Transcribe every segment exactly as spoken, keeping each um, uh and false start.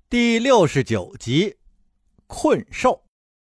第六十九集，困兽。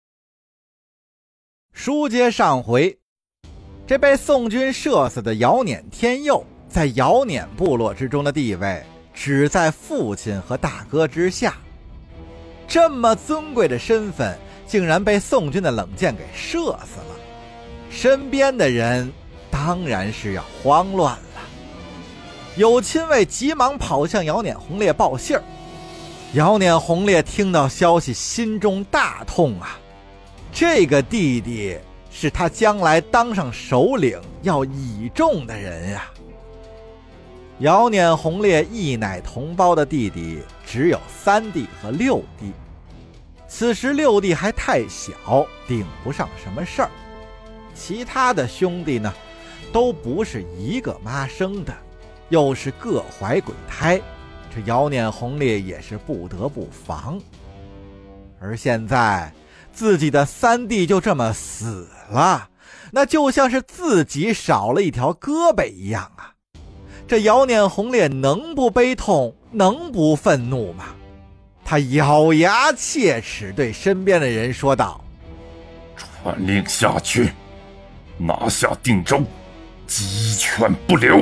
书接上回，这被宋军射死的姚辇天佑，在姚辇部落之中的地位只在父亲和大哥之下，这么尊贵的身份竟然被宋军的冷箭给射死了，身边的人当然是要慌乱了。有亲卫急忙跑向姚辇红烈报信儿。姚辇红烈听到消息，心中大痛啊！这个弟弟是他将来当上首领要倚重的人呀。姚辇红烈一奶同胞的弟弟只有三弟和六弟，此时六弟还太小，顶不上什么事儿。其他的兄弟呢，都不是一个妈生的，又是各怀鬼胎。这姚辇红烈也是不得不防，而现在自己的三弟就这么死了，那就像是自己少了一条胳膊一样啊！这姚辇红烈能不悲痛，能不愤怒吗？他咬牙切齿对身边的人说道： 传令下去，拿下定州，鸡犬不留。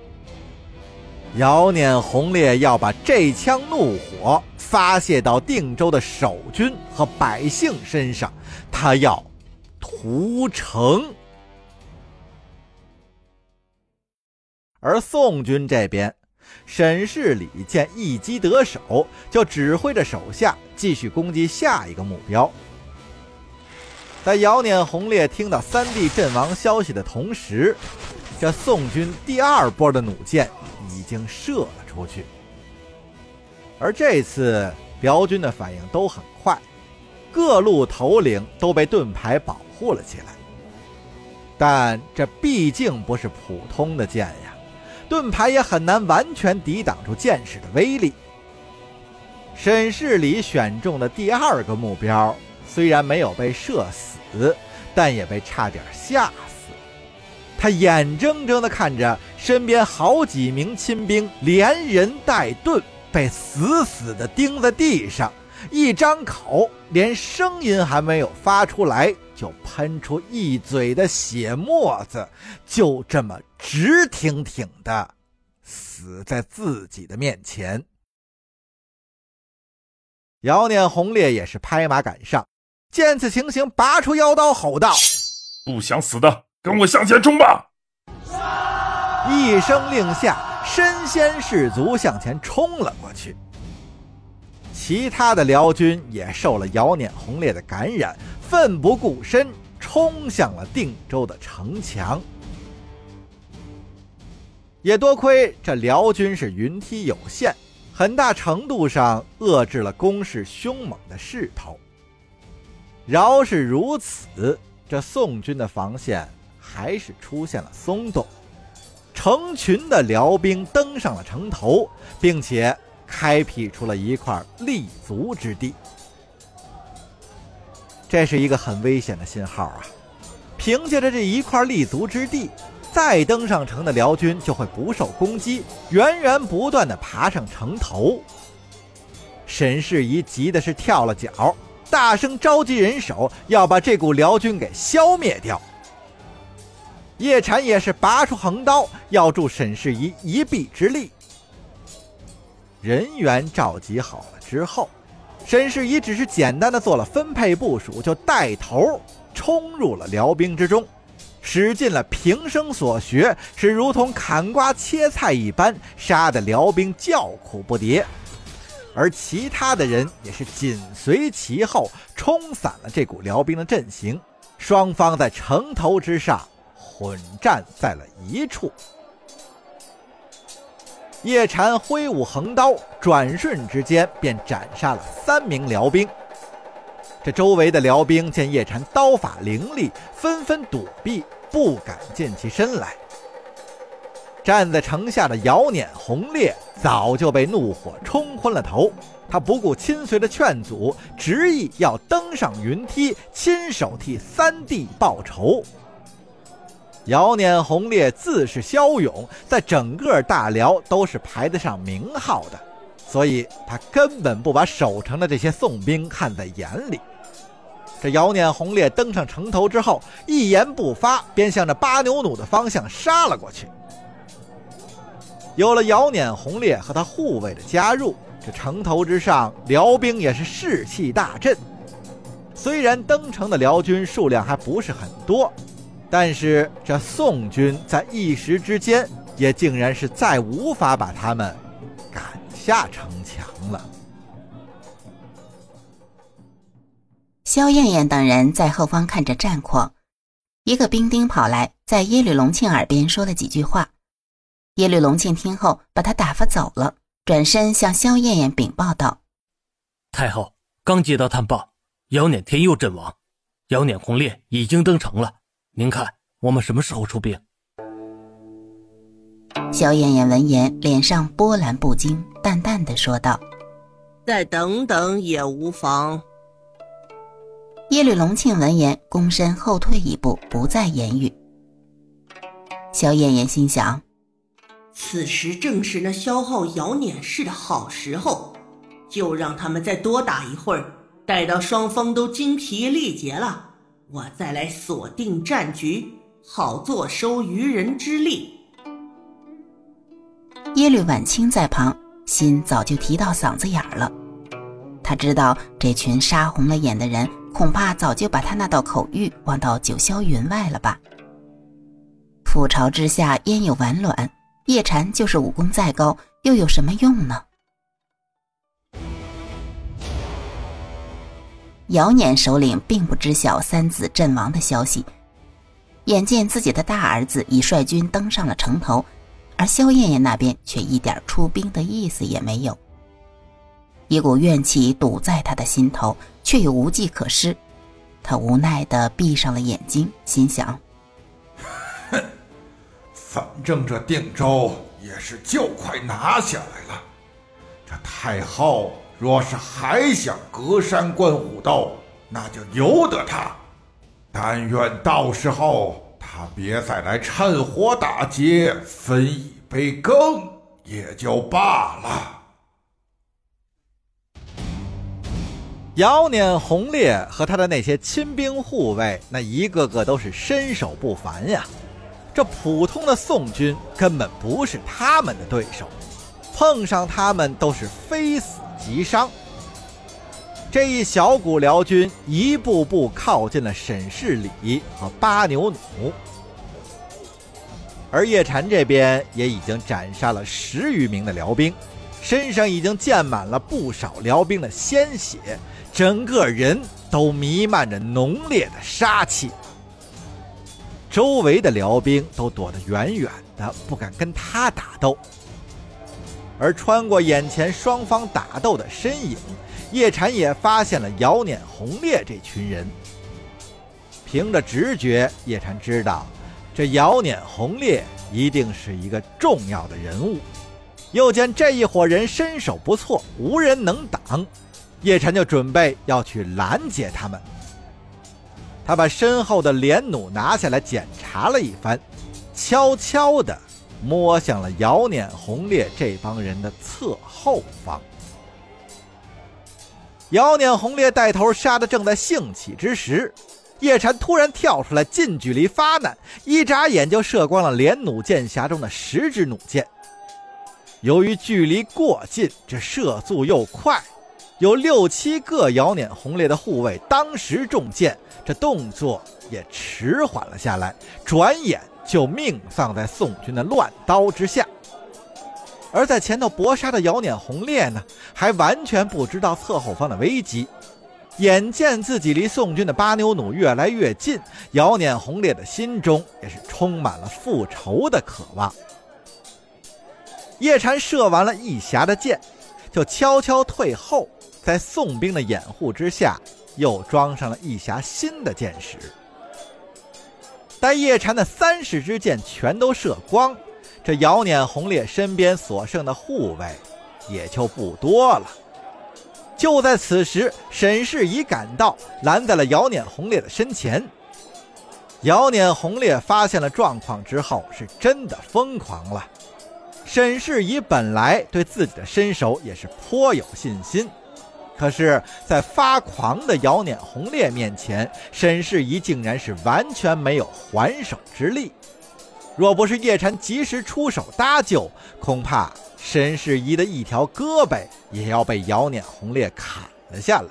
姚辇红烈要把这腔怒火发泄到定州的守军和百姓身上，他要屠城。而宋军这边，沈世礼见一击得手，就指挥着手下继续攻击下一个目标。在姚辇红烈听到三弟阵亡消息的同时，这宋军第二波的弩箭已经射了出去，而这次辽军的反应都很快，各路头领都被盾牌保护了起来。但这毕竟不是普通的箭呀，盾牌也很难完全抵挡住箭矢的威力。沈世礼选中的第二个目标虽然没有被射死，但也被差点吓死。他眼睁睁地看着身边好几名亲兵连人带盾被死死地钉在地上，一张口连声音还没有发出来，就喷出一嘴的血沫子，就这么直挺挺地死在自己的面前。姚辇红烈也是拍马赶上，见此情形，拔出腰刀吼道： 不想死的，跟我向前冲吧！ 一声令下，身先士卒向前冲了过去。其他的辽军也受了姚辇红烈的感染，奋不顾身冲向了定州的城墙。也多亏这辽军是云梯有限，很大程度上遏制了攻势凶猛的势头。饶是如此，这宋军的防线还是出现了松动，成群的辽兵登上了城头，并且开辟出了一块立足之地。这是一个很危险的信号啊！凭借着这一块立足之地，再登上城的辽军就会不受攻击，源源不断地爬上城头。沈世仪急的是跳了脚，大声召集人手，要把这股辽军给消灭掉。叶禅也是拔出横刀，要助沈世仪一臂之力。人员召集好了之后，沈世仪只是简单的做了分配部署，就带头冲入了辽兵之中，使尽了平生所学，是如同砍瓜切菜一般，杀得辽兵叫苦不迭。而其他的人也是紧随其后，冲散了这股辽兵的阵型，双方在城头之上混战在了一处。叶禅挥舞横刀，转瞬之间便斩杀了三名辽兵。这周围的辽兵见叶禅刀法凌厉，纷纷躲避，不敢近其身来。站在城下的姚辇红烈早就被怒火冲昏了头，他不顾亲随的劝阻，执意要登上云梯，亲手替三弟报仇。姚辇红烈自是骁勇，在整个大辽都是排得上名号的， 所以他根本不把守城的这些宋兵看在眼里。这姚捻红烈登上城头之后，一言不发，便向着巴牛弩的方向杀了过去。有了姚捻红烈和他护卫的加入，这城头之上辽兵也是士气大振。虽然登城的辽军数量还不是很多，但是这宋军在一时之间也竟然是再无法把他们赶下城墙了。 萧燕燕等人在后方看着战况，一个兵丁跑来，在耶律隆庆耳边说了几句话。耶律隆庆听后把他打发走了，转身向萧燕燕禀报道： 太后，刚接到探报，姚捻天佑阵亡，姚捻红烈已经登城了，您看我们什么时候出兵？ 萧燕燕闻言脸上波澜不惊，淡淡的说道： 再等等也无妨。 耶律隆庆闻言躬身后退一步，不再言语。萧燕燕心想， 此时正是那消耗姚捻氏的好时候，就让他们再多打一会儿，待到双方都精疲力竭了，我再来锁定战局，好坐收渔人之利。 耶律婉清在旁，心早就提到嗓子眼了。他知道这群杀红了眼的人恐怕早就把他那道口谕忘到九霄云外了吧。覆巢之下焉有完卵，叶禅就是武功再高，又有什么用呢？姚捻首领并不知晓三子阵亡的消息，眼见自己的大儿子已率军登上了城头，而萧燕燕那边却一点出兵的意思也没有。一股怨气堵在他的心头，却又无计可施。他无奈地闭上了眼睛，心想： 哼，反正这定州也是就快拿下来了。这太后若是还想隔山观虎斗，那就由得他。但愿到时候他别再来趁火打劫，分一杯羹也就罢了。 姚捻红烈和他的那些亲兵护卫，那一个个都是身手不凡呀。这普通的宋军根本不是他们的对手，碰上他们都是非死即伤。这一小股辽军一步步靠近了沈世礼和巴牛弩，而叶禅这边也已经斩杀了十余名的辽兵，身上已经溅满了不少辽兵的鲜血，整个人都弥漫着浓烈的杀气。周围的辽兵都躲得远远的，不敢跟他打斗。而穿过眼前双方打斗的身影，叶禅也发现了姚捻红烈这群人。凭着直觉，叶禅知道这姚捻红烈一定是一个重要的人物。又见这一伙人身手不错，无人能挡，叶禅就准备要去拦截他们。他把身后的连弩拿下来检查了一番，悄悄地摸向了姚捻红烈这帮人的侧后方。姚捻红烈带头杀得正在兴起之时，叶禅突然跳出来，近距离发难，一眨眼就射光了连弩箭匣中的十支弩箭。由于距离过近，这射速又快，有六七个姚捻红烈的护卫当时中箭，这动作也迟缓了下来，转眼就命丧在宋军的乱刀之下。而在前头搏杀的姚捻红烈呢，还完全不知道侧后方的危机。眼见自己离宋军的巴牛弩越来越近，姚捻红烈的心中也是充满了复仇的渴望。叶禅射完了一匣的箭，就悄悄退后，在宋兵的掩护之下，又装上了一匣新的箭矢。待叶禅的三十支箭全都射光，这姚捻红烈身边所剩的护卫也就不多了。就在此时，沈世仪赶到，拦在了姚捻红烈的身前。姚捻红烈发现了状况之后，是真的疯狂了。 沈世宜本来对自己的身手也是颇有信心，可是在发狂的姚碾红烈面前，沈世宜竟然是完全没有还手之力。若不是叶禅及时出手搭救，恐怕沈世宜的一条胳膊也要被姚碾红烈砍了下来。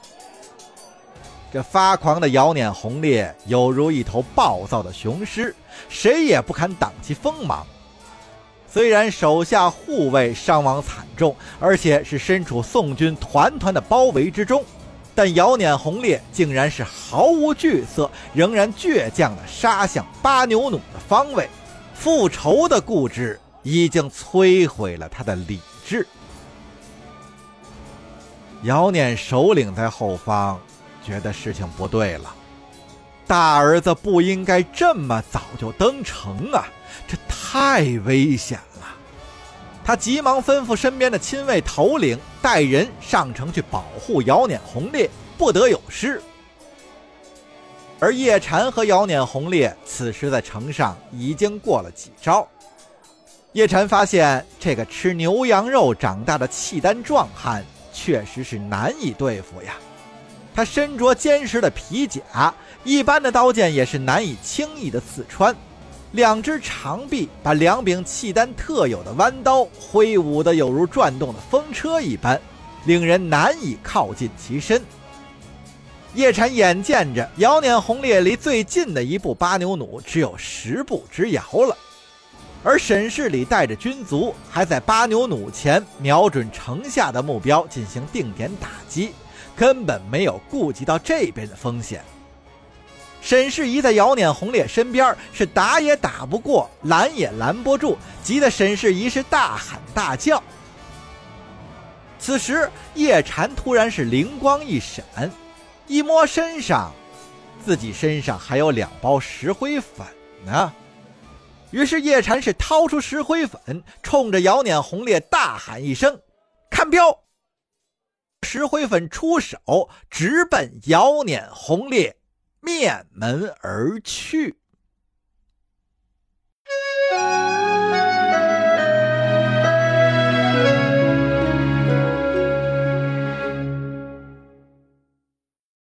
这发狂的姚碾红烈犹如一头暴躁的雄狮，谁也不敢挡其锋芒。虽然手下护卫伤亡惨重，而且是身处宋军团团的包围之中，但姚碾红烈竟然是毫无惧色，仍然倔强地杀向巴牛弩的方位。复仇的固执已经摧毁了他的理智。姚碾首领在后方觉得事情不对了，大儿子不应该这么早就登城啊，这太危险了。他急忙吩咐身边的亲卫头领带人上城去保护姚碾红烈，不得有失。而叶禅和姚碾红烈此时在城上已经过了几招。叶禅发现这个吃牛羊肉长大的契丹壮汉确实是难以对付呀。他身着坚实的皮甲，一般的刀剑也是难以轻易的刺穿，两只长臂把两柄契丹特有的弯刀挥舞得有如转动的风车一般，令人难以靠近其身。叶禅眼见着姚碾红烈离最近的一部巴牛弩只有十步之遥了，而沈世礼带着军卒还在巴牛弩前瞄准城下的目标进行定点打击，根本没有顾及到这边的风险。沈世宜在姚碾红烈身边是打也打不过，拦也拦不住，急得沈世宜是大喊大叫。此时叶禅突然是灵光一闪，一摸身上，自己身上还有两包石灰粉呢。于是叶禅是掏出石灰粉，冲着姚碾红烈大喊一声：看镖！石灰粉出手，直奔姚碾红烈面门而去。